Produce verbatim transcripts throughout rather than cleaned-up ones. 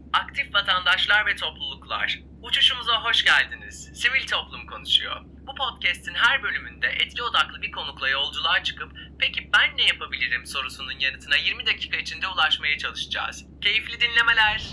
Aktif vatandaşlar ve topluluklar, uçuşumuza hoş geldiniz. Sivil Toplum konuşuyor. Bu podcast'in her bölümünde etki odaklı bir konukla yolculuğa çıkıp "Peki ben ne yapabilirim?" sorusunun yanıtına yirmi dakika içinde ulaşmaya çalışacağız. Keyifli dinlemeler.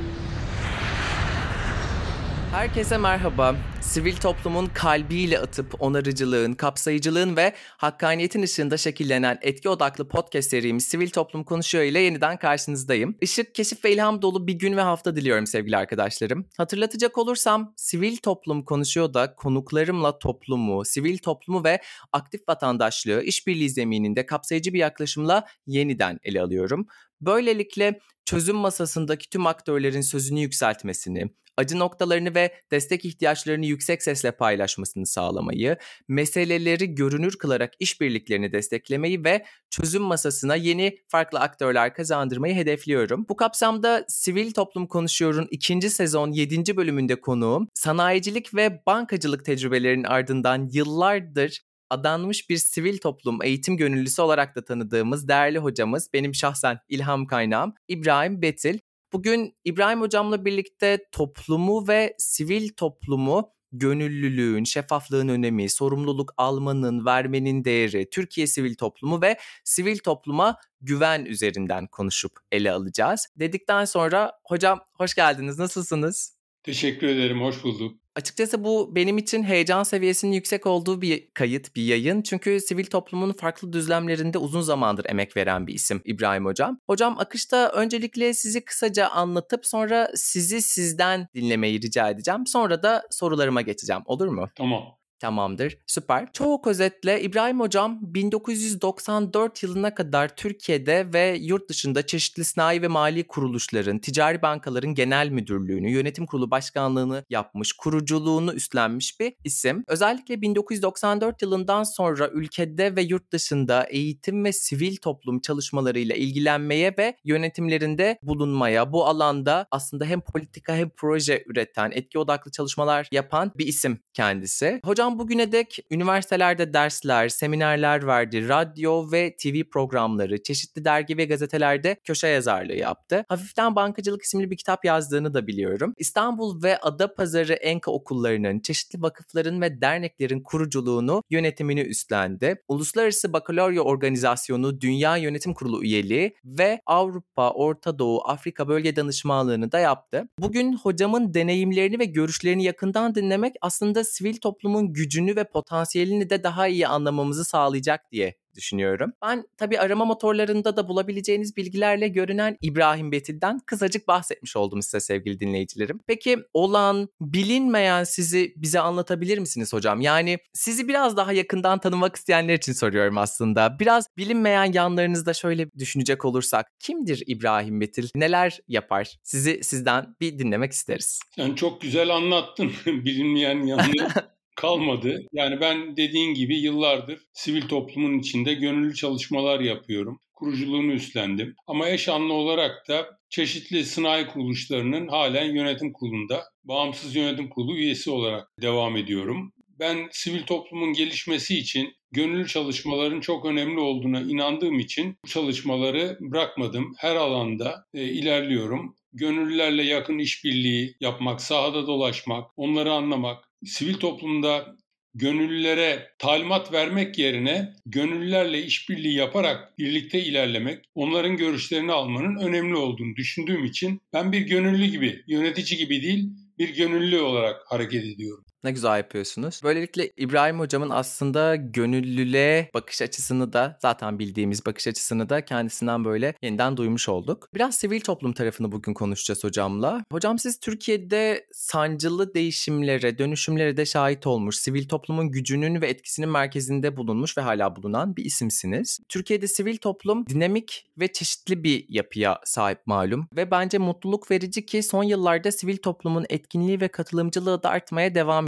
Herkese merhaba. Sivil toplumun kalbiyle atıp onarıcılığın, kapsayıcılığın ve hakkaniyetin ışığında şekillenen etki odaklı podcast serimiz Sivil Toplum Konuşuyor ile yeniden karşınızdayım. Işık, keşif ve ilham dolu bir gün ve hafta diliyorum sevgili arkadaşlarım. Hatırlatacak olursam Sivil Toplum Konuşuyor da konuklarımla toplumu, sivil toplumu ve aktif vatandaşlığı işbirliği zemininde kapsayıcı bir yaklaşımla yeniden ele alıyorum. Böylelikle çözüm masasındaki tüm aktörlerin sözünü yükseltmesini, acı noktalarını ve destek ihtiyaçlarını yüksek sesle paylaşmasını sağlamayı, meseleleri görünür kılarak işbirliklerini desteklemeyi ve çözüm masasına yeni farklı aktörler kazandırmayı hedefliyorum. Bu kapsamda Sivil Toplum Konuşuyor'un ikinci sezon yedinci bölümünde konuğum, sanayicilik ve bankacılık tecrübelerinin ardından yıllardır adanmış bir sivil toplum eğitim gönüllüsü olarak da tanıdığımız değerli hocamız, benim şahsen ilham kaynağım İbrahim Betil. Bugün İbrahim hocamla birlikte toplumu ve sivil toplumu, gönüllülüğün, şeffaflığın önemi, sorumluluk almanın, vermenin değeri, Türkiye sivil toplumu ve sivil topluma güven üzerinden konuşup ele alacağız. Dedikten sonra hocam hoş geldiniz, nasılsınız? Teşekkür ederim, hoş bulduk. Açıkçası bu benim için heyecan seviyesinin yüksek olduğu bir kayıt, bir yayın. Çünkü sivil toplumun farklı düzlemlerinde uzun zamandır emek veren bir isim İbrahim Hocam. Hocam akışta öncelikle sizi kısaca anlatıp sonra sizi sizden dinlemeyi rica edeceğim. Sonra da sorularıma geçeceğim. Olur mu? Tamam. Tamamdır, süper. Çok özetle İbrahim Hocam bin dokuz yüz doksan dört yılına kadar Türkiye'de ve yurt dışında çeşitli sanayi ve mali kuruluşların, ticari bankaların genel müdürlüğünü, yönetim kurulu başkanlığını yapmış, kuruculuğunu üstlenmiş bir isim. Özellikle bin dokuz yüz doksan dört yılından sonra ülkede ve yurt dışında eğitim ve sivil toplum çalışmalarıyla ilgilenmeye ve yönetimlerinde bulunmaya, bu alanda aslında hem politika hem proje üreten, etki odaklı çalışmalar yapan bir isim kendisi. Hocam bugüne dek üniversitelerde dersler, seminerler verdi, radyo ve T V programları, çeşitli dergi ve gazetelerde köşe yazarlığı yaptı. Hafiften Bankacılık isimli bir kitap yazdığını da biliyorum. İstanbul ve Adapazarı Enka okullarının, çeşitli vakıfların ve derneklerin kuruculuğunu, yönetimini üstlendi. Uluslararası Bakalorya Organizasyonu Dünya Yönetim Kurulu üyeliği ve Avrupa, Orta Doğu, Afrika Bölge Danışmanlığını da yaptı. Bugün hocamın deneyimlerini ve görüşlerini yakından dinlemek aslında sivil toplumun gücünü ve potansiyelini de daha iyi anlamamızı sağlayacak diye düşünüyorum. Ben tabii arama motorlarında da bulabileceğiniz bilgilerle görünen İbrahim Betil'den kısacık bahsetmiş oldum size sevgili dinleyicilerim. Peki olan, bilinmeyen sizi bize anlatabilir misiniz hocam? Yani sizi biraz daha yakından tanımak isteyenler için soruyorum aslında. Biraz bilinmeyen yanlarınızda şöyle düşünecek olursak, kimdir İbrahim Betil? Neler yapar? Sizi sizden bir dinlemek isteriz. Sen çok güzel anlattın bilinmeyen yanını. Kalmadı. Yani ben dediğin gibi yıllardır sivil toplumun içinde gönüllü çalışmalar yapıyorum. Kuruculuğunu üstlendim. Ama eş anlı olarak da çeşitli sanayi kuruluşlarının halen yönetim kurulunda, bağımsız yönetim kurulu üyesi olarak devam ediyorum. Ben sivil toplumun gelişmesi için gönüllü çalışmaların çok önemli olduğuna inandığım için bu çalışmaları bırakmadım. Her alanda e, ilerliyorum. Gönüllülerle yakın işbirliği yapmak, sahada dolaşmak, onları anlamak, sivil toplumda gönüllülere talimat vermek yerine gönüllülerle işbirliği yaparak birlikte ilerlemek, onların görüşlerini almanın önemli olduğunu düşündüğüm için ben bir gönüllü gibi, yönetici gibi değil, bir gönüllü olarak hareket ediyorum. Ne güzel yapıyorsunuz. Böylelikle İbrahim hocamın aslında gönüllülüğe bakış açısını da, zaten bildiğimiz bakış açısını da kendisinden böyle yeniden duymuş olduk. Biraz sivil toplum tarafını bugün konuşacağız hocamla. Hocam siz Türkiye'de sancılı değişimlere, dönüşümlere de şahit olmuş, sivil toplumun gücünün ve etkisinin merkezinde bulunmuş ve hala bulunan bir isimsiniz. Türkiye'de sivil toplum dinamik ve çeşitli bir yapıya sahip malum ve bence mutluluk verici ki son yıllarda sivil toplumun etkinliği ve katılımcılığı da artmaya devam ediyor.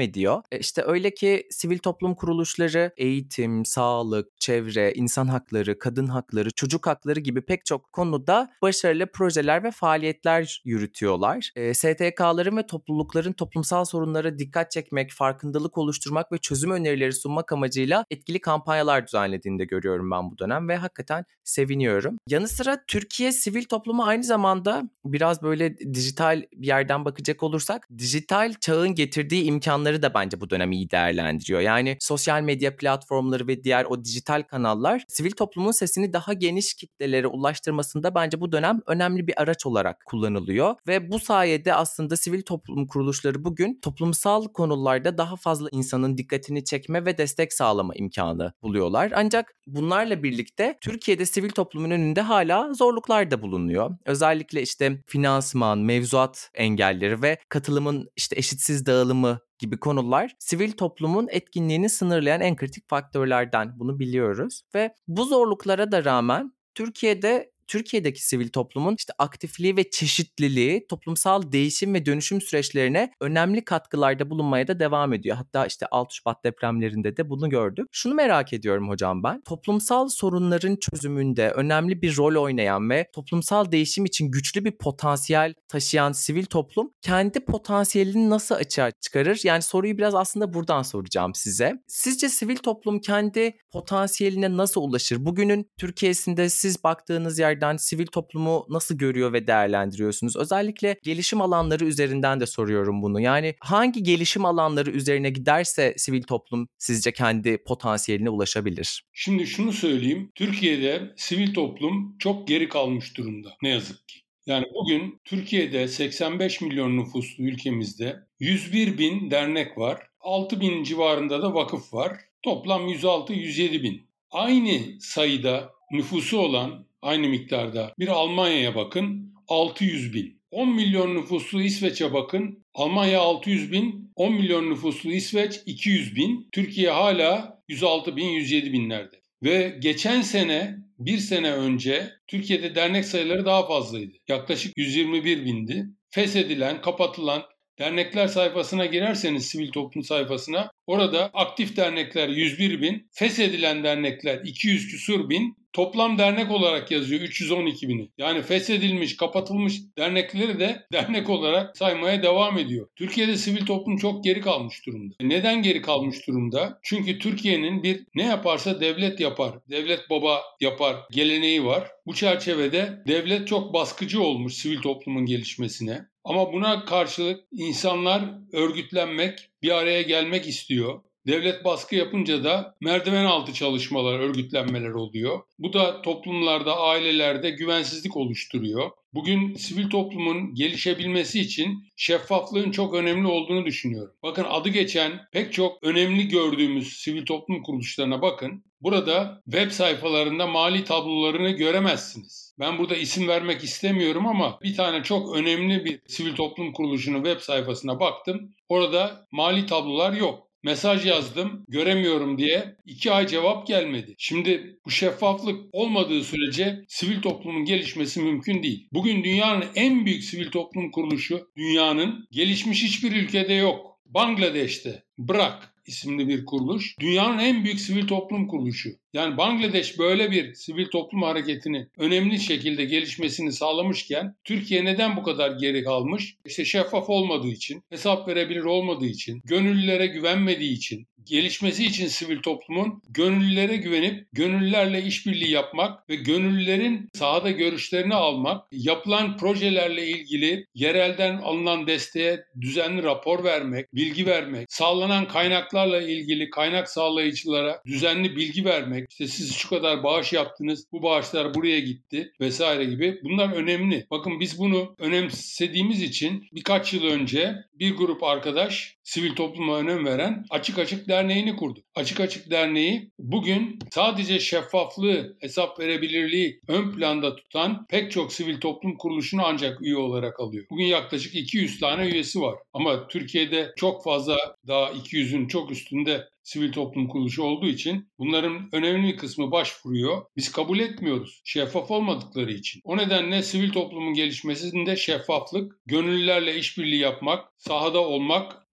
ediyor. E işte öyle ki sivil toplum kuruluşları eğitim, sağlık, çevre, insan hakları, kadın hakları, çocuk hakları gibi pek çok konuda başarılı projeler ve faaliyetler yürütüyorlar. E, S T K'ların ve toplulukların toplumsal sorunlara dikkat çekmek, farkındalık oluşturmak ve çözüm önerileri sunmak amacıyla etkili kampanyalar düzenlediğini de görüyorum ben bu dönem ve hakikaten seviniyorum. Yanı sıra Türkiye sivil toplumu aynı zamanda biraz böyle dijital bir yerden bakacak olursak dijital çağın getirdiği imkanları da bence bu dönem iyi değerlendiriyor. Yani sosyal medya platformları ve diğer o dijital kanallar sivil toplumun sesini daha geniş kitlelere ulaştırmasında bence bu dönem önemli bir araç olarak kullanılıyor ve bu sayede aslında sivil toplum kuruluşları bugün toplumsal konularda daha fazla insanın dikkatini çekme ve destek sağlama imkanı buluyorlar. Ancak bunlarla birlikte Türkiye'de sivil toplumun önünde hala zorluklar da bulunuyor. Özellikle işte finansman, mevzuat engelleri ve katılımın işte eşitsiz dağılımı gibi konular sivil toplumun etkinliğini sınırlayan en kritik faktörlerden, bunu biliyoruz. Ve bu zorluklara da rağmen Türkiye'de Türkiye'deki sivil toplumun işte aktifliği ve çeşitliliği toplumsal değişim ve dönüşüm süreçlerine önemli katkılarda bulunmaya da devam ediyor. Hatta işte altı Şubat depremlerinde de bunu gördük. Şunu merak ediyorum hocam ben. Toplumsal sorunların çözümünde önemli bir rol oynayan ve toplumsal değişim için güçlü bir potansiyel taşıyan sivil toplum kendi potansiyelini nasıl açığa çıkarır? Yani soruyu biraz aslında buradan soracağım size. Sizce sivil toplum kendi potansiyeline nasıl ulaşır? Bugünün Türkiye'sinde siz baktığınız yer sivil toplumu nasıl görüyor ve değerlendiriyorsunuz? Özellikle gelişim alanları üzerinden de soruyorum bunu. Yani hangi gelişim alanları üzerine giderse sivil toplum sizce kendi potansiyeline ulaşabilir? Şimdi şunu söyleyeyim. Türkiye'de sivil toplum çok geri kalmış durumda. Ne yazık ki. Yani bugün Türkiye'de seksen beş milyon nüfuslu ülkemizde yüz bir bin dernek var. altı bin civarında da vakıf var. Toplam yüz altı yüz yedi bin. Aynı sayıda nüfusu olan, aynı miktarda bir Almanya'ya bakın, altı yüz bin. on milyon nüfuslu İsveç'e bakın, Almanya altı yüz bin, on milyon nüfuslu İsveç iki yüz bin. Türkiye hala yüz altı bin, yüz yedi binlerde. Ve geçen sene, bir sene önce Türkiye'de dernek sayıları daha fazlaydı. Yaklaşık yüz yirmi bir bindi. Feshedilen, kapatılan dernekler sayfasına girerseniz sivil toplum sayfasına, orada aktif dernekler yüz bir bin, feshedilen dernekler iki yüz küsur bin, toplam dernek olarak yazıyor üç yüz on iki bini. Yani feshedilmiş, kapatılmış dernekleri de dernek olarak saymaya devam ediyor. Türkiye'de sivil toplum çok geri kalmış durumda. Neden geri kalmış durumda? Çünkü Türkiye'nin bir ne yaparsa devlet yapar, devlet baba yapar geleneği var. Bu çerçevede devlet çok baskıcı olmuş sivil toplumun gelişmesine. Ama buna karşılık insanlar örgütlenmek, bir araya gelmek istiyor. Devlet baskı yapınca da merdiven altı çalışmalar, örgütlenmeler oluyor. Bu da toplumlarda, ailelerde güvensizlik oluşturuyor. Bugün sivil toplumun gelişebilmesi için şeffaflığın çok önemli olduğunu düşünüyorum. Bakın adı geçen pek çok önemli gördüğümüz sivil toplum kuruluşlarına bakın. Burada web sayfalarında mali tablolarını göremezsiniz. Ben burada isim vermek istemiyorum ama bir tane çok önemli bir sivil toplum kuruluşunun web sayfasına baktım. Orada mali tablolar yok. Mesaj yazdım, göremiyorum diye iki ay cevap gelmedi. Şimdi bu şeffaflık olmadığı sürece sivil toplumun gelişmesi mümkün değil. Bugün dünyanın en büyük sivil toplum kuruluşu, dünyanın gelişmiş hiçbir ülkede yok. Bangladeş'te Bırak isimli bir kuruluş. Dünyanın en büyük sivil toplum kuruluşu. Yani Bangladeş böyle bir sivil toplum hareketini önemli şekilde gelişmesini sağlamışken Türkiye neden bu kadar geri kalmış? İşte şeffaf olmadığı için, hesap verebilir olmadığı için, gönüllülere güvenmediği için, gelişmesi için sivil toplumun gönüllülere güvenip gönüllülerle işbirliği yapmak ve gönüllülerin sahada görüşlerini almak, yapılan projelerle ilgili yerelden alınan desteğe düzenli rapor vermek, bilgi vermek, sağlanan kaynaklarla ilgili kaynak sağlayıcılara düzenli bilgi vermek, işte siz şu kadar bağış yaptınız, bu bağışlar buraya gitti vesaire gibi, bunlar önemli. Bakın biz bunu önemsediğimiz için birkaç yıl önce bir grup arkadaş sivil topluma önem veren Açık Açık Derneği'ni kurdu. Açık Açık Derneği bugün sadece şeffaflığı, hesap verebilirliği ön planda tutan pek çok sivil toplum kuruluşunu ancak üye olarak alıyor. Bugün yaklaşık iki yüz tane üyesi var. Ama Türkiye'de çok fazla, daha iki yüzün çok üstünde sivil toplum kuruluşu olduğu için bunların önemli bir kısmı başvuruyor. Biz kabul etmiyoruz. Şeffaf olmadıkları için. O nedenle sivil toplumun gelişmesinde şeffaflık, gönüllülerle işbirliği yapmak, sahada olmak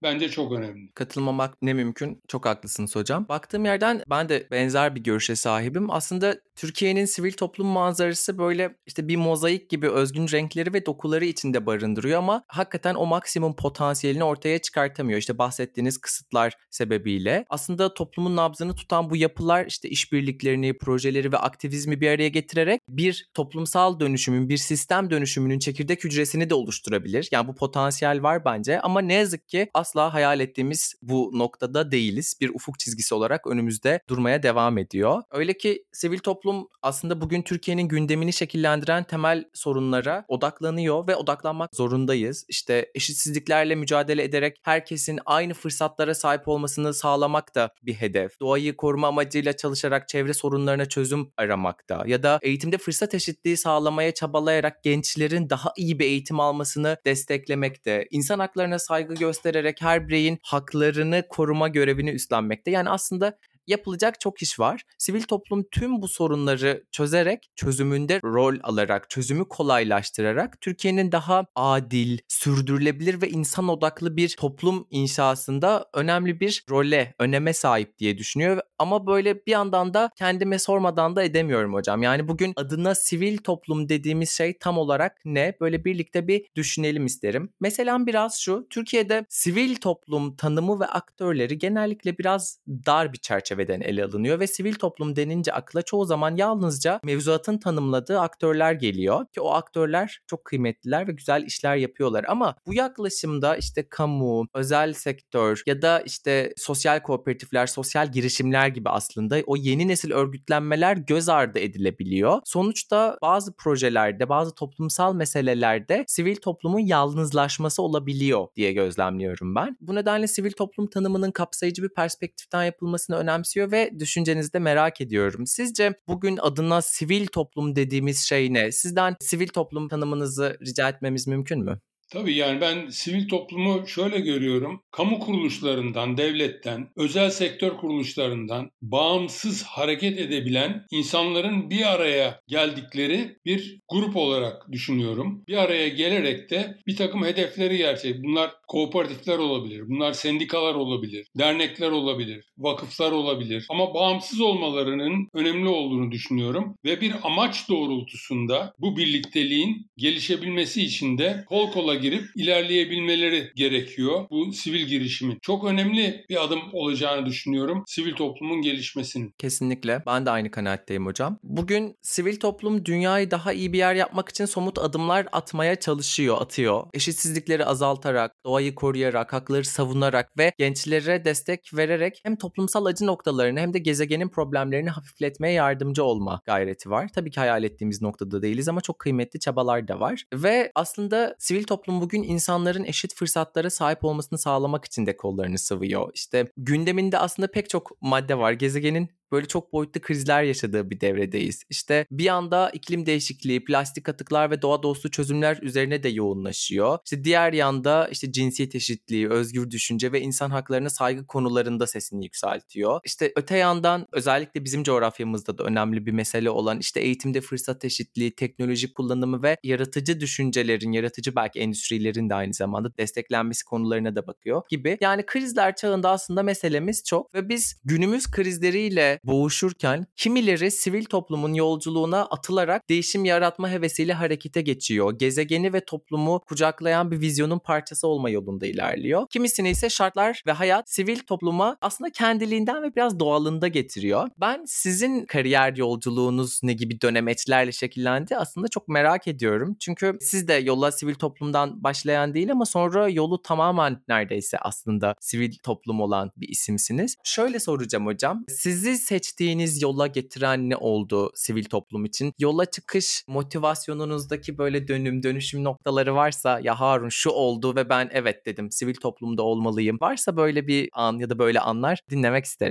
bence çok önemli. Katılmamak ne mümkün. Çok haklısınız hocam. Baktığım yerden ben de benzer bir görüşe sahibim. Aslında Türkiye'nin sivil toplum manzarası böyle işte bir mozaik gibi özgün renkleri ve dokuları içinde barındırıyor ama hakikaten o maksimum potansiyelini ortaya çıkartamıyor. İşte bahsettiğiniz kısıtlar sebebiyle. Aslında toplumun nabzını tutan bu yapılar işte işbirliklerini, projeleri ve aktivizmi bir araya getirerek bir toplumsal dönüşümün, bir sistem dönüşümünün çekirdek hücresini de oluşturabilir. Yani bu potansiyel var bence ama ne yazık ki asla hayal ettiğimiz bu noktada değiliz. Bir ufuk çizgisi olarak önümüzde durmaya devam ediyor. Öyle ki sivil toplum aslında bugün Türkiye'nin gündemini şekillendiren temel sorunlara odaklanıyor ve odaklanmak zorundayız. İşte eşitsizliklerle mücadele ederek herkesin aynı fırsatlara sahip olmasını sağlamak da bir hedef. Doğayı koruma amacıyla çalışarak çevre sorunlarına çözüm aramakta ya da eğitimde fırsat eşitliği sağlamaya çabalayarak gençlerin daha iyi bir eğitim almasını desteklemekte. İnsan haklarına saygı göstererek her bireyin haklarını koruma görevini üstlenmekte. Yani aslında yapılacak çok iş var. Sivil toplum tüm bu sorunları çözerek, çözümünde rol alarak, çözümü kolaylaştırarak Türkiye'nin daha adil, sürdürülebilir ve insan odaklı bir toplum inşasında önemli bir role, öneme sahip diye düşünüyor. Ama böyle bir yandan da kendime sormadan da edemiyorum hocam. Yani bugün adına sivil toplum dediğimiz şey tam olarak ne? Böyle birlikte bir düşünelim isterim. Mesela biraz şu, Türkiye'de sivil toplum tanımı ve aktörleri genellikle biraz dar bir çerçeve çerçeveden ele alınıyor ve sivil toplum denince akla çoğu zaman yalnızca mevzuatın tanımladığı aktörler geliyor ki o aktörler çok kıymetliler ve güzel işler yapıyorlar ama bu yaklaşımda işte kamu, özel sektör ya da işte sosyal kooperatifler, sosyal girişimler gibi aslında o yeni nesil örgütlenmeler göz ardı edilebiliyor. Sonuçta bazı projelerde, bazı toplumsal meselelerde sivil toplumun yalnızlaşması olabiliyor diye gözlemliyorum ben. Bu nedenle sivil toplum tanımının kapsayıcı bir perspektiften yapılmasını önemsiyor ve düşüncenizi de merak ediyorum. Sizce bugün adına sivil toplum dediğimiz şey ne? Sizden sivil toplum tanımınızı rica etmemiz mümkün mü? Tabii yani ben sivil toplumu şöyle görüyorum. Kamu kuruluşlarından, devletten, özel sektör kuruluşlarından bağımsız hareket edebilen insanların bir araya geldikleri bir grup olarak düşünüyorum. Bir araya gelerek de bir takım hedefleri gerçek. Bunlar kooperatifler olabilir, bunlar sendikalar olabilir, dernekler olabilir, vakıflar olabilir. Ama bağımsız olmalarının önemli olduğunu düşünüyorum. Ve bir amaç doğrultusunda bu birlikteliğin gelişebilmesi için de kol kola girip ilerleyebilmeleri gerekiyor. Bu sivil girişimin çok önemli bir adım olacağını düşünüyorum. Sivil toplumun gelişmesinin. Kesinlikle. Ben de aynı kanaatteyim hocam. Bugün sivil toplum dünyayı daha iyi bir yer yapmak için somut adımlar atmaya çalışıyor, atıyor. Eşitsizlikleri azaltarak, doğayı koruyarak, hakları savunarak ve gençlere destek vererek hem toplumsal acı noktalarını hem de gezegenin problemlerini hafifletmeye yardımcı olma gayreti var. Tabii ki hayal ettiğimiz noktada değiliz ama çok kıymetli çabalar da var. Ve aslında sivil toplum bugün insanların eşit fırsatlara sahip olmasını sağlamak için de kollarını sıvıyor. İşte gündeminde aslında pek çok madde var. Gezegenin böyle çok boyutlu krizler yaşadığı bir devredeyiz. İşte bir anda iklim değişikliği, plastik atıklar ve doğa dostu çözümler üzerine de yoğunlaşıyor. İşte diğer yanda işte cinsiyet eşitliği, özgür düşünce ve insan haklarına saygı konularında sesini yükseltiyor. İşte öte yandan özellikle bizim coğrafyamızda da önemli bir mesele olan işte eğitimde fırsat eşitliği, teknoloji kullanımı ve yaratıcı düşüncelerin, yaratıcı belki endüstrilerin de aynı zamanda desteklenmesi konularına da bakıyor gibi. Yani krizler çağında aslında meselemiz çok ve biz günümüz krizleriyle boğuşurken kimileri sivil toplumun yolculuğuna atılarak değişim yaratma hevesiyle harekete geçiyor. Gezegeni ve toplumu kucaklayan bir vizyonun parçası olma yolunda ilerliyor. Kimisini ise şartlar ve hayat sivil topluma aslında kendiliğinden ve biraz doğalında getiriyor. Ben sizin kariyer yolculuğunuz ne gibi dönemeçlerle şekillendi aslında çok merak ediyorum. Çünkü siz de yola sivil toplumdan başlayan değil ama sonra yolu tamamen neredeyse aslında sivil toplum olan bir isimsiniz. Şöyle soracağım hocam. Sizi seçtiğiniz yola getiren ne oldu sivil toplum için? Yola çıkış motivasyonunuzdaki böyle dönüm dönüşüm noktaları varsa ya Harun şu oldu ve ben evet dedim sivil toplumda olmalıyım. Varsa böyle bir an ya da böyle anlar dinlemek isteriz.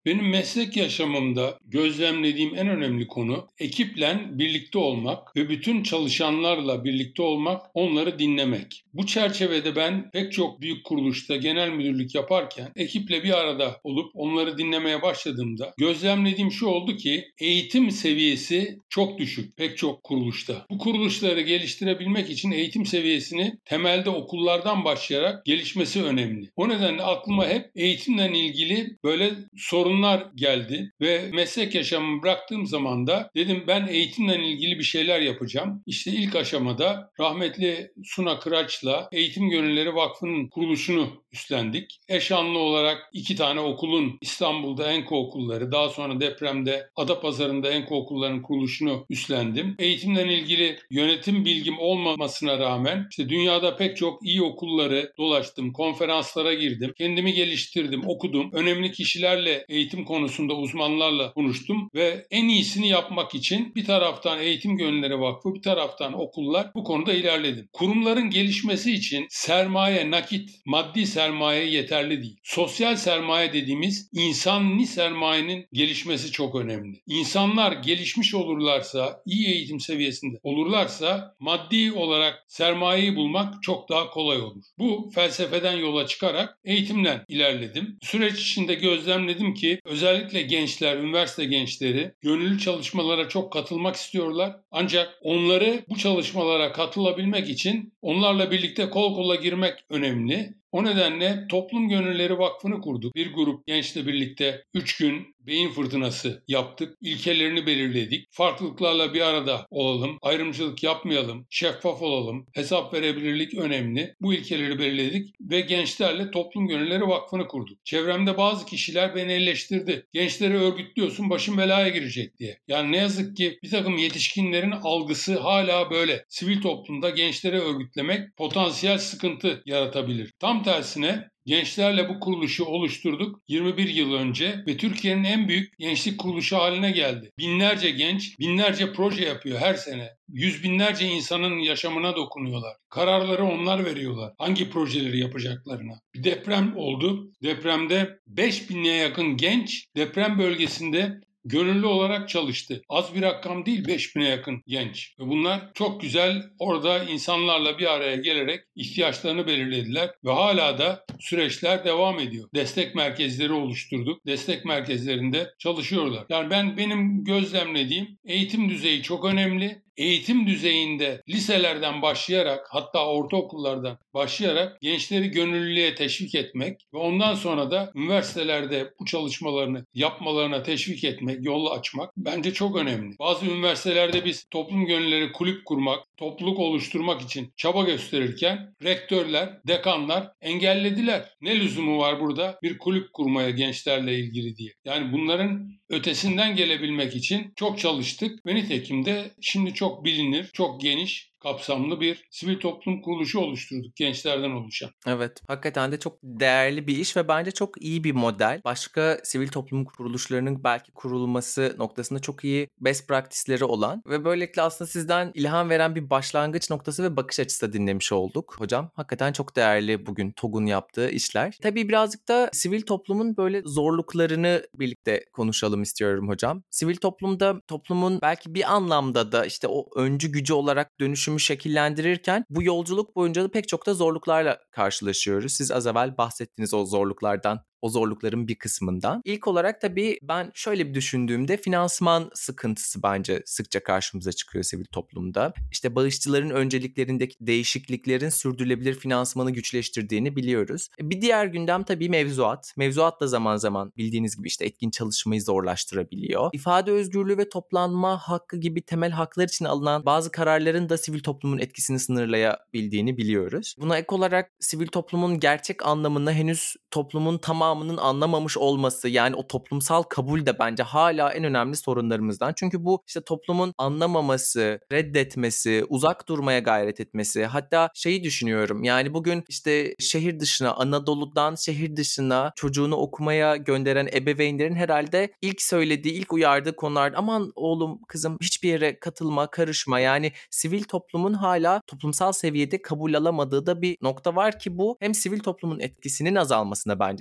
Benim meslek yaşamımda gözlemlediğim en önemli konu ekiple birlikte olmak ve bütün çalışanlarla birlikte olmak, onları dinlemek. Bu çerçevede ben pek çok büyük kuruluşta genel müdürlük yaparken ekiple bir arada olup onları dinlemeye başladığımda gözlemlediğim şu oldu ki eğitim seviyesi çok düşük pek çok kuruluşta. Bu kuruluşları geliştirebilmek için eğitim seviyesini temelde okullardan başlayarak gelişmesi önemli. O nedenle aklıma hep eğitimle ilgili böyle sorunlar geldi ve meslek yaşamımı bıraktığım zaman da dedim ben eğitimle ilgili bir şeyler yapacağım. İşte ilk aşamada rahmetli Suna Kıraç'la Eğitim Gönülleri Vakfı'nın kuruluşunu üstlendik. Eşanlı olarak iki tane okulun İstanbul'da Enko okulları, daha sonra depremde Adapazarı'nda Enko okullarının kuruluşunu üstlendim. Eğitimle ilgili yönetim bilgim olmamasına rağmen işte dünyada pek çok iyi okulları dolaştım, konferanslara girdim, kendimi geliştirdim, okudum. Önemli kişilerle eğitim konusunda uzmanlarla konuştum ve en iyisini yapmak için bir taraftan Eğitim Gönülleri Vakfı, bir taraftan okullar bu konuda ilerledim. Kurumların gelişmesi için sermaye, nakit, maddi sermaye yeterli değil. Sosyal sermaye dediğimiz insani sermayenin gelişmesi çok önemli. İnsanlar gelişmiş olurlarsa, iyi eğitim seviyesinde olurlarsa maddi olarak sermayeyi bulmak çok daha kolay olur. Bu felsefeden yola çıkarak eğitimle ilerledim. Süreç içinde gözlemledim ki özellikle gençler, üniversite gençleri gönüllü çalışmalara çok katılmak istiyorlar. Ancak onları bu çalışmalara katılabilmek için onlarla birlikte kol kola girmek önemli. O nedenle Toplum Gönülleri Vakfı'nı kurduk. Bir grup gençle birlikte üç gün beyin fırtınası yaptık. İlkelerini belirledik. Farklılıklarla bir arada olalım, ayrımcılık yapmayalım, şeffaf olalım, hesap verebilirlik önemli. Bu ilkeleri belirledik ve gençlerle Toplum Gönülleri Vakfı'nı kurduk. Çevremde bazı kişiler beni eleştirdi. Gençleri örgütlüyorsun, başın belaya girecek diye. Yani ne yazık ki bir takım yetişkinlerin algısı hala böyle. Sivil toplumda gençleri örgütlemek potansiyel sıkıntı yaratabilir. Tam tersine gençlerle bu kuruluşu oluşturduk yirmi bir yıl önce ve Türkiye'nin en büyük gençlik kuruluşu haline geldi. Binlerce genç, binlerce proje yapıyor her sene. Yüz binlerce insanın yaşamına dokunuyorlar. Kararları onlar veriyorlar. Hangi projeleri yapacaklarına. Bir deprem oldu. Depremde beş bine yakın genç deprem bölgesinde gönüllü olarak çalıştı. Az bir rakam değil, beş bine yakın genç. Ve bunlar çok güzel orada insanlarla bir araya gelerek ihtiyaçlarını belirlediler ve hala da süreçler devam ediyor. Destek merkezleri oluşturduk. Destek merkezlerinde çalışıyorlar. Yani ben benim gözlemlediğim eğitim düzeyi çok önemli. Eğitim düzeyinde liselerden başlayarak hatta ortaokullardan başlayarak gençleri gönüllülüğe teşvik etmek ve ondan sonra da üniversitelerde bu çalışmalarını yapmalarına teşvik etmek, yol açmak bence çok önemli. Bazı üniversitelerde biz toplum gönülleri kulüp kurmak, topluluk oluşturmak için çaba gösterirken rektörler, dekanlar engellediler. Ne lüzumu var burada bir kulüp kurmaya gençlerle ilgili diye. Yani bunların ötesinden gelebilmek için çok çalıştık ve nitekim de şimdi çok bilinir, çok geniş, kapsamlı bir sivil toplum kuruluşu oluşturduk gençlerden oluşan. Evet, hakikaten de çok değerli bir iş ve bence çok iyi bir model. Başka sivil toplum kuruluşlarının belki kurulması noktasında çok iyi best practice'leri olan ve böylelikle aslında sizden ilham veren bir başlangıç noktası ve bakış açısı da dinlemiş olduk. Hocam hakikaten çok değerli bugün TOG'un yaptığı işler. Tabii birazcık da sivil toplumun böyle zorluklarını birlikte konuşalım istiyorum hocam. Sivil toplumda toplumun belki bir anlamda da işte o öncü gücü olarak dönüşüm şekillendirirken bu yolculuk boyunca da pek çok da zorluklarla karşılaşıyoruz. Siz az evvel bahsettiniz o zorluklardan, o zorlukların bir kısmından. İlk olarak tabii ben şöyle bir düşündüğümde finansman sıkıntısı bence sıkça karşımıza çıkıyor sivil toplumda. İşte bağışçıların önceliklerindeki değişikliklerin sürdürülebilir finansmanı güçleştirdiğini biliyoruz. Bir diğer gündem tabii mevzuat. Mevzuat da zaman zaman bildiğiniz gibi işte etkin çalışmayı zorlaştırabiliyor. İfade özgürlüğü ve toplanma hakkı gibi temel haklar için alınan bazı kararların da sivil toplumun etkisini sınırlayabildiğini biliyoruz. Buna ek olarak sivil toplumun gerçek anlamında henüz toplumun tamamının anlamamış olması, yani o toplumsal kabul de bence hala en önemli sorunlarımızdan. Çünkü bu işte toplumun anlamaması, reddetmesi, uzak durmaya gayret etmesi. Hatta şeyi düşünüyorum, yani bugün işte şehir dışına, Anadolu'dan şehir dışına çocuğunu okumaya gönderen ebeveynlerin herhalde ilk söylediği, ilk uyardığı konular aman oğlum, kızım hiçbir yere katılma, karışma. Yani sivil toplumun hala toplumsal seviyede kabul alamadığı da bir nokta var ki bu hem sivil toplumun etkisinin azalmasına bence sebep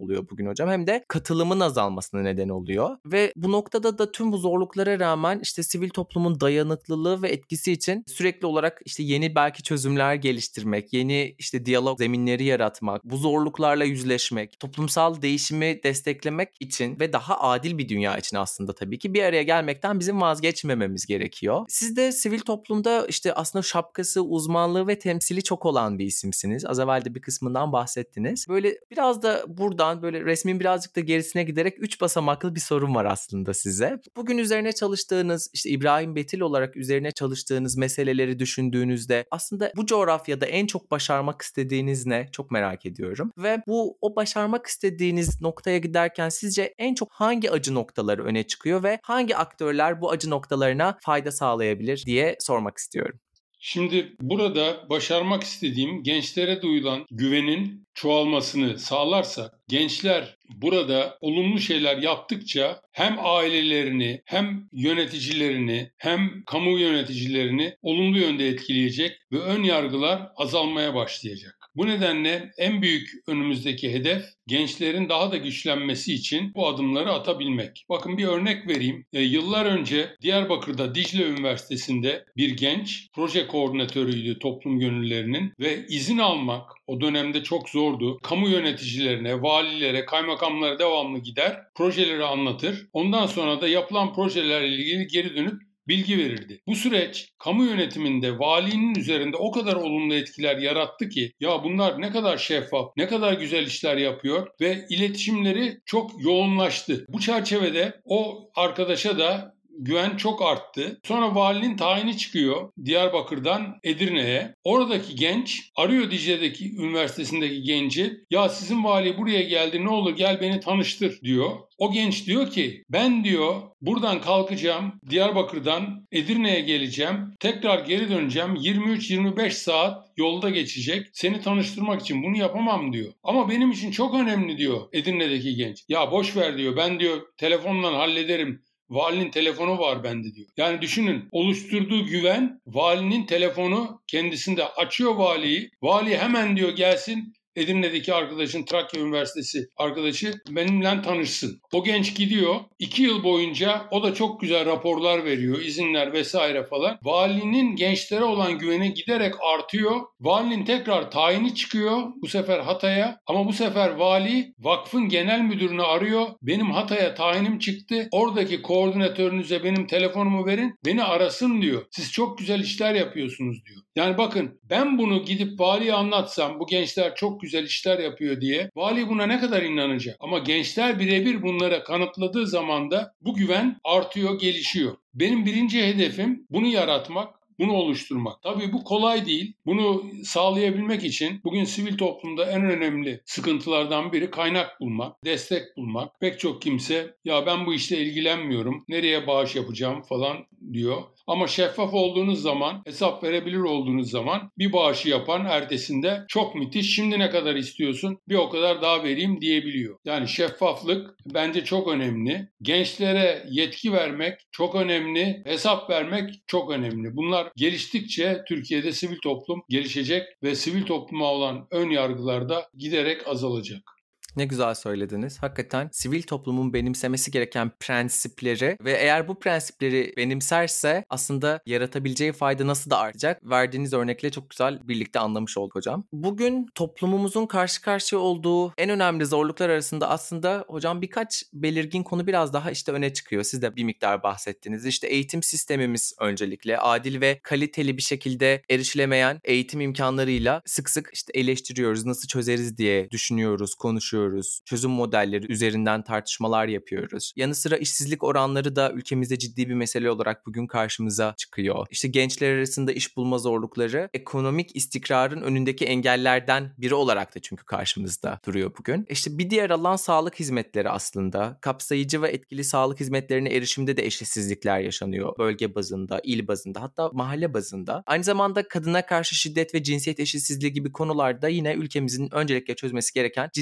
oluyor bugün hocam hem de katılımın azalmasına neden oluyor. Ve bu noktada da tüm bu zorluklara rağmen işte sivil toplumun dayanıklılığı ve etkisi için sürekli olarak işte yeni belki çözümler geliştirmek, yeni işte diyalog zeminleri yaratmak, bu zorluklarla yüzleşmek, toplumsal değişimi desteklemek için ve daha adil bir dünya için aslında tabii ki bir araya gelmekten bizim vazgeçmememiz gerekiyor. Siz de sivil toplumda işte aslında şapkası, uzmanlığı ve temsili çok olan bir isimsiniz. Az evvel de bir kısmından bahsettiniz. Böyle biraz da buradan böyle resmin birazcık da gerisine giderek üç basamaklı bir sorum var aslında size. Bugün üzerine çalıştığınız işte İbrahim Betil olarak üzerine çalıştığınız meseleleri düşündüğünüzde aslında bu coğrafyada en çok başarmak istediğiniz ne? Çok merak ediyorum. Ve bu o başarmak istediğiniz noktaya giderken sizce en çok hangi acı noktaları öne çıkıyor ve hangi aktörler bu acı noktalarına fayda sağlayabilir diye sormak istiyorum. Şimdi burada başarmak istediğim gençlere duyulan güvenin çoğalmasını sağlarsak, gençler burada olumlu şeyler yaptıkça hem ailelerini hem yöneticilerini hem kamu yöneticilerini olumlu yönde etkileyecek ve ön yargılar azalmaya başlayacak. Bu nedenle en büyük önümüzdeki hedef gençlerin daha da güçlenmesi için bu adımları atabilmek. Bakın bir örnek vereyim. E, yıllar önce Diyarbakır'da Dicle Üniversitesi'nde bir genç proje koordinatörüydü toplum gönüllülerinin ve izin almak o dönemde çok zordu. Kamu yöneticilerine, valilere, kaymakamlara devamlı gider, projeleri anlatır. Ondan sonra da yapılan projelerle ilgili geri dönüp bilgi verirdi. Bu süreç kamu yönetiminde valinin üzerinde o kadar olumlu etkiler yarattı ki ya bunlar ne kadar şeffaf, ne kadar güzel işler yapıyor ve iletişimleri çok yoğunlaştı. Bu çerçevede o arkadaşa da güven çok arttı. Sonra valinin tayini çıkıyor Diyarbakır'dan Edirne'ye. Oradaki genç arıyor Dicle'deki üniversitesindeki genci. Ya sizin vali buraya geldi ne olur gel beni tanıştır diyor. O genç diyor ki ben diyor buradan kalkacağım Diyarbakır'dan Edirne'ye geleceğim. Tekrar geri döneceğim. yirmi üç yirmi beş saat yolda geçecek. Seni tanıştırmak için bunu yapamam diyor. Ama benim için çok önemli diyor Edirne'deki genç. Ya boş ver diyor ben diyor telefonla hallederim. Valinin telefonu var bende diyor. Yani düşünün oluşturduğu güven valinin telefonu kendisinde açıyor valiyi. Vali hemen diyor gelsin Edirne'deki arkadaşın Trakya Üniversitesi arkadaşı benimle tanışsın. O genç gidiyor. iki yıl boyunca o da çok güzel raporlar veriyor. İzinler vesaire falan. Valinin gençlere olan güveni giderek artıyor. Valinin tekrar tayini çıkıyor. Bu sefer Hatay'a. Ama bu sefer vali vakfın genel müdürünü arıyor. Benim Hatay'a tayinim çıktı. Oradaki koordinatörünüze benim telefonumu verin. Beni arasın diyor. Siz çok güzel işler yapıyorsunuz diyor. Yani bakın ben bunu gidip valiye anlatsam bu gençler çok güzel işler yapıyor diye vali buna ne kadar inanacak? Ama gençler birebir bunlara kanıtladığı zaman da bu güven artıyor, gelişiyor. Benim birinci hedefim bunu yaratmak. Bunu oluşturmak. Tabii bu kolay değil. Bunu sağlayabilmek için bugün sivil toplumda en önemli sıkıntılardan biri kaynak bulmak, destek bulmak. Pek çok kimse ya ben bu işle ilgilenmiyorum, nereye bağış yapacağım falan diyor. Ama şeffaf olduğunuz zaman, hesap verebilir olduğunuz zaman bir bağışı yapan ertesinde çok müthiş, şimdi ne kadar istiyorsun bir o kadar daha vereyim diyebiliyor. Yani şeffaflık bence çok önemli. Gençlere yetki vermek çok önemli. Hesap vermek çok önemli. Bunlar geliştikçe Türkiye'de sivil toplum gelişecek ve sivil topluma olan ön yargılar da giderek azalacak. Ne güzel söylediniz. Hakikaten sivil toplumun benimsemesi gereken prensipleri ve eğer bu prensipleri benimserse aslında yaratabileceği fayda nasıl da artacak? Verdiğiniz örnekle çok güzel birlikte anlamış olduk hocam. Bugün toplumumuzun karşı karşıya olduğu en önemli zorluklar arasında aslında hocam birkaç belirgin konu biraz daha işte öne çıkıyor. Siz de bir miktar bahsettiniz. İşte eğitim sistemimiz öncelikle adil ve kaliteli bir şekilde erişilemeyen eğitim imkanlarıyla sık sık işte eleştiriyoruz, nasıl çözeriz diye düşünüyoruz, konuşuyoruz. Çözüm modelleri üzerinden tartışmalar yapıyoruz. Yanı sıra işsizlik oranları da ülkemizde ciddi bir mesele olarak bugün karşımıza çıkıyor. İşte gençler arasında iş bulma zorlukları ekonomik istikrarın önündeki engellerden biri olarak da çünkü karşımızda duruyor bugün. İşte bir diğer alan sağlık hizmetleri aslında. Kapsayıcı ve etkili sağlık hizmetlerine erişimde de eşitsizlikler yaşanıyor. Bölge bazında, il bazında hatta mahalle bazında. Aynı zamanda kadına karşı şiddet ve cinsiyet eşitsizliği gibi konularda yine ülkemizin öncelikle çözmesi gereken ciddi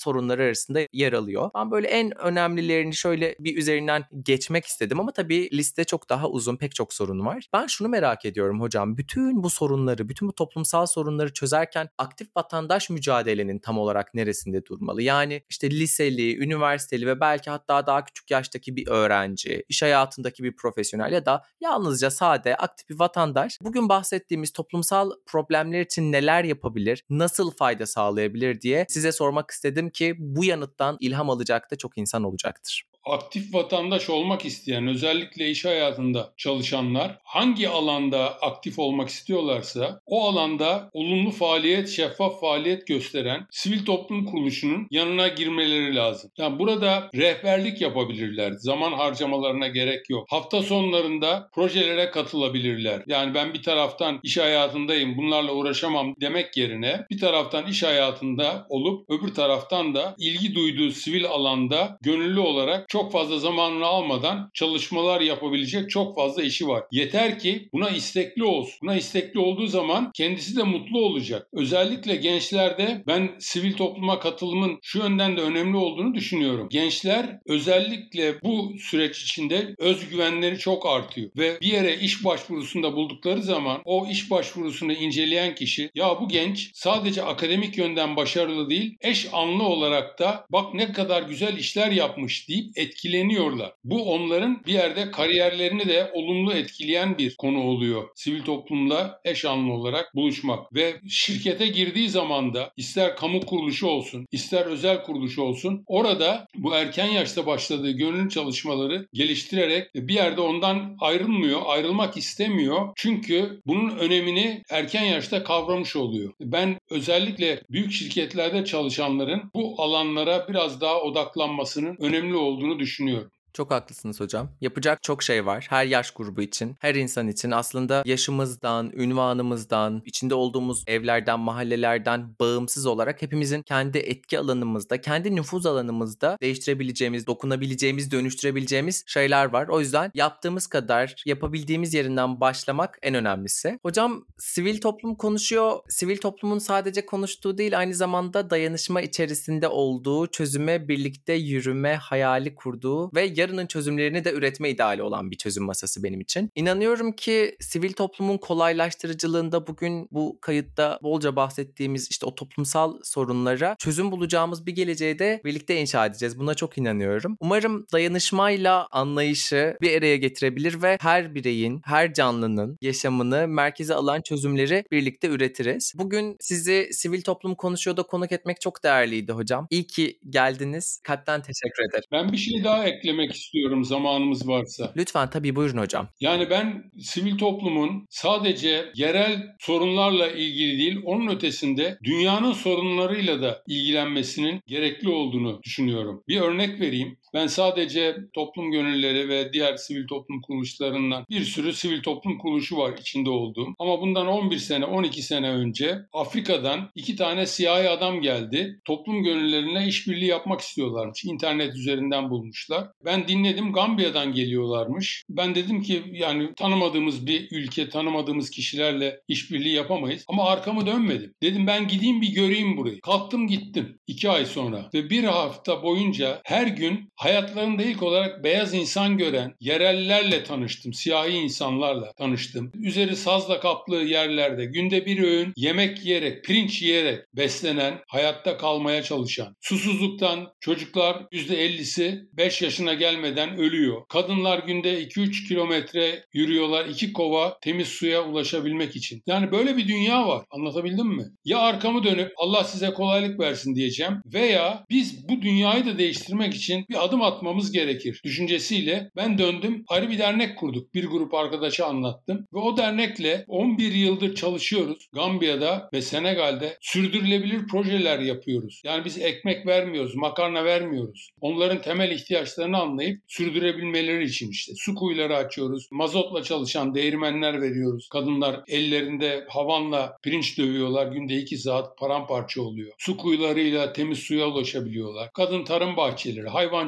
sorunları arasında yer alıyor. Ben böyle en önemlilerini şöyle bir üzerinden geçmek istedim ama tabii liste çok daha uzun, pek çok sorun var. Ben şunu merak ediyorum hocam, bütün bu sorunları, bütün bu toplumsal sorunları çözerken aktif vatandaş mücadelenin tam olarak neresinde durmalı? Yani işte liseli, üniversiteli ve belki hatta daha küçük yaştaki bir öğrenci, iş hayatındaki bir profesyonel ya da yalnızca sade aktif bir vatandaş bugün bahsettiğimiz toplumsal problemler için neler yapabilir, nasıl fayda sağlayabilir diye size sormak istedim ki bu yanıttan ilham alacak da çok insan olacaktır. Aktif vatandaş olmak isteyen, özellikle iş hayatında çalışanlar hangi alanda aktif olmak istiyorlarsa o alanda olumlu faaliyet, şeffaf faaliyet gösteren sivil toplum kuruluşunun yanına girmeleri lazım. Yani burada rehberlik yapabilirler. Zaman harcamalarına gerek yok. Hafta sonlarında projelere katılabilirler. Yani ben bir taraftan iş hayatındayım, bunlarla uğraşamam demek yerine bir taraftan iş hayatında olup öbür taraftan da ilgi duyduğu sivil alanda gönüllü olarak çok fazla zamanını almadan çalışmalar yapabilecek çok fazla işi var. Yeter ki buna istekli olsun. Buna istekli olduğu zaman kendisi de mutlu olacak. Özellikle gençlerde ben sivil topluma katılımın şu yönden de önemli olduğunu düşünüyorum. Gençler özellikle bu süreç içinde özgüvenleri çok artıyor ve bir yere iş başvurusunda buldukları zaman o iş başvurusunu inceleyen kişi ya bu genç sadece akademik yönden başarılı değil, eş anlı olarak da bak ne kadar güzel işler yapmış deyip etkileniyorlar. Bu onların bir yerde kariyerlerini de olumlu etkileyen bir konu oluyor. Sivil toplumla eş anlı olarak buluşmak ve şirkete girdiği zaman da ister kamu kuruluşu olsun, ister özel kuruluşu olsun orada bu erken yaşta başladığı gönüllü çalışmaları geliştirerek bir yerde ondan ayrılmıyor, ayrılmak istemiyor. Çünkü bunun önemini erken yaşta kavramış oluyor. Ben özellikle büyük şirketlerde çalışanların bu alanlara biraz daha odaklanmasının önemli olduğunu düşünüyorum. Çok haklısınız hocam. Yapacak çok şey var. Her yaş grubu için, her insan için aslında yaşımızdan, ünvanımızdan, içinde olduğumuz evlerden, mahallelerden bağımsız olarak hepimizin kendi etki alanımızda, kendi nüfuz alanımızda değiştirebileceğimiz, dokunabileceğimiz, dönüştürebileceğimiz şeyler var. O yüzden yaptığımız kadar yapabildiğimiz yerinden başlamak en önemlisi. Hocam sivil toplum konuşuyor. Sivil toplumun sadece konuştuğu değil, aynı zamanda dayanışma içerisinde olduğu, çözüme birlikte yürüme hayali kurduğu ve yarının çözümlerini de üretme ideali olan bir çözüm masası benim için. İnanıyorum ki sivil toplumun kolaylaştırıcılığında bugün bu kayıtta bolca bahsettiğimiz işte o toplumsal sorunlara çözüm bulacağımız bir geleceği de birlikte inşa edeceğiz. Buna çok inanıyorum. Umarım dayanışmayla anlayışı bir araya getirebilir ve her bireyin, her canlının yaşamını merkeze alan çözümleri birlikte üretiriz. Bugün sizi Sivil Toplum Konuşuyor'da konuk etmek çok değerliydi hocam. İyi ki geldiniz. Kalpten teşekkür ederim. Ben bir şey daha eklemek istiyorum zamanımız varsa. Lütfen tabii, buyurun hocam. Yani ben sivil toplumun sadece yerel sorunlarla ilgili değil, onun ötesinde dünyanın sorunlarıyla da ilgilenmesinin gerekli olduğunu düşünüyorum. Bir örnek vereyim. Ben sadece toplum gönülleri ve diğer sivil toplum kuruluşlarından bir sürü sivil toplum kuruluşu var içinde olduğum. Ama bundan on bir sene, on iki sene önce Afrika'dan iki tane siyahi adam geldi. Toplum gönülleriyle işbirliği yapmak istiyorlarmış. İnternet üzerinden bulmuşlar. Ben dinledim, Gambiya'dan geliyorlarmış. Ben dedim ki yani tanımadığımız bir ülke, tanımadığımız kişilerle işbirliği yapamayız. Ama arkamı dönmedim. Dedim ben gideyim bir göreyim burayı. Kalktım gittim iki ay sonra. Ve bir hafta boyunca her gün hayatlarında ilk olarak beyaz insan gören yerellerle tanıştım. Siyahi insanlarla tanıştım. Üzeri sazla kaplı yerlerde günde bir öğün yemek yiyerek, pirinç yiyerek beslenen, hayatta kalmaya çalışan. Susuzluktan çocuklar yüzde ellisi beş yaşına gelmeden ölüyor. Kadınlar günde iki üç kilometre yürüyorlar iki kova temiz suya ulaşabilmek için. Yani böyle bir dünya var. Anlatabildim mi? Ya arkamı dönüp Allah size kolaylık versin diyeceğim veya biz bu dünyayı da değiştirmek için bir adım atmamız gerekir düşüncesiyle ben döndüm. Ayrı bir dernek kurduk. Bir grup arkadaşa anlattım ve o dernekle on bir yıldır çalışıyoruz. Gambiya'da ve Senegal'de sürdürülebilir projeler yapıyoruz. Yani biz ekmek vermiyoruz, makarna vermiyoruz. Onların temel ihtiyaçlarını anlayıp sürdürebilmeleri için işte su kuyuları açıyoruz. Mazotla çalışan değirmenler veriyoruz. Kadınlar ellerinde havanla pirinç dövüyorlar. Günde iki saat paramparça oluyor. Su kuyularıyla temiz suya ulaşabiliyorlar. Kadın tarım bahçeleri, hayvancılık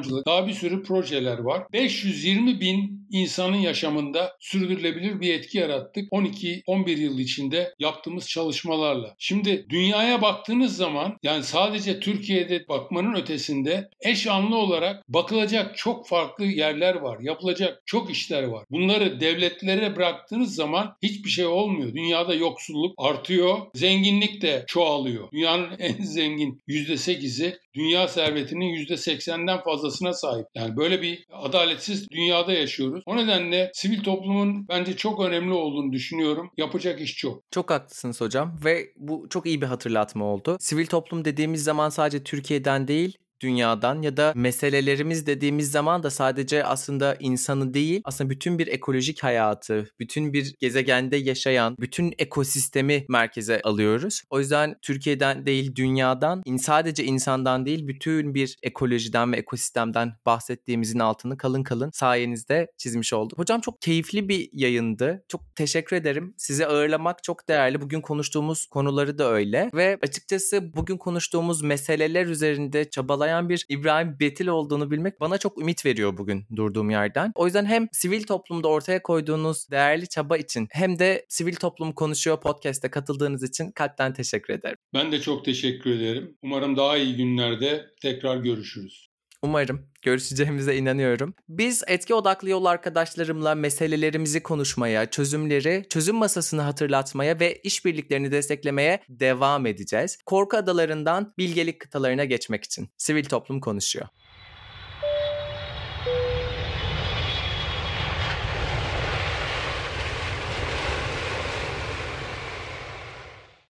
bankacılık, daha bir sürü projeler var. beş yüz yirmi bin insanın yaşamında sürdürülebilir bir etki yarattık. on iki on bir yıl içinde yaptığımız çalışmalarla. Şimdi dünyaya baktığınız zaman, yani sadece Türkiye'de bakmanın ötesinde eş anlı olarak bakılacak çok farklı yerler var. Yapılacak çok işler var. Bunları devletlere bıraktığınız zaman hiçbir şey olmuyor. Dünyada yoksulluk artıyor, zenginlik de çoğalıyor. Dünyanın en zengin yüzde sekizi dünya servetinin yüzde sekseninden fazlasına sahip. Yani böyle bir adaletsiz dünyada yaşıyoruz. O nedenle sivil toplumun bence çok önemli olduğunu düşünüyorum. Yapacak iş çok. Çok haklısınız hocam ve bu çok iyi bir hatırlatma oldu. Sivil toplum dediğimiz zaman sadece Türkiye'den değil, dünyadan ya da meselelerimiz dediğimiz zaman da sadece aslında insanı değil, aslında bütün bir ekolojik hayatı, bütün bir gezegende yaşayan, bütün ekosistemi merkeze alıyoruz. O yüzden Türkiye'den değil, dünyadan, sadece insandan değil, bütün bir ekolojiden ve ekosistemden bahsettiğimizin altını kalın kalın sayenizde çizmiş olduk. Hocam çok keyifli bir yayındı. Çok teşekkür ederim. Sizi ağırlamak çok değerli. Bugün konuştuğumuz konuları da öyle ve açıkçası bugün konuştuğumuz meseleler üzerinde çabalayan bir İbrahim Betil olduğunu bilmek bana çok ümit veriyor bugün durduğum yerden. O yüzden hem sivil toplumda ortaya koyduğunuz değerli çaba için hem de Sivil Toplum Konuşuyor podcast'e katıldığınız için kalpten teşekkür ederim. Ben de çok teşekkür ederim. Umarım daha iyi günlerde tekrar görüşürüz. Umarım. Görüşeceğimize inanıyorum. Biz etki odaklı yol arkadaşlarımla meselelerimizi konuşmaya, çözümleri, çözüm masasını hatırlatmaya ve işbirliklerini desteklemeye devam edeceğiz. Korku adalarından bilgelik kıtalarına geçmek için. Sivil Toplum Konuşuyor.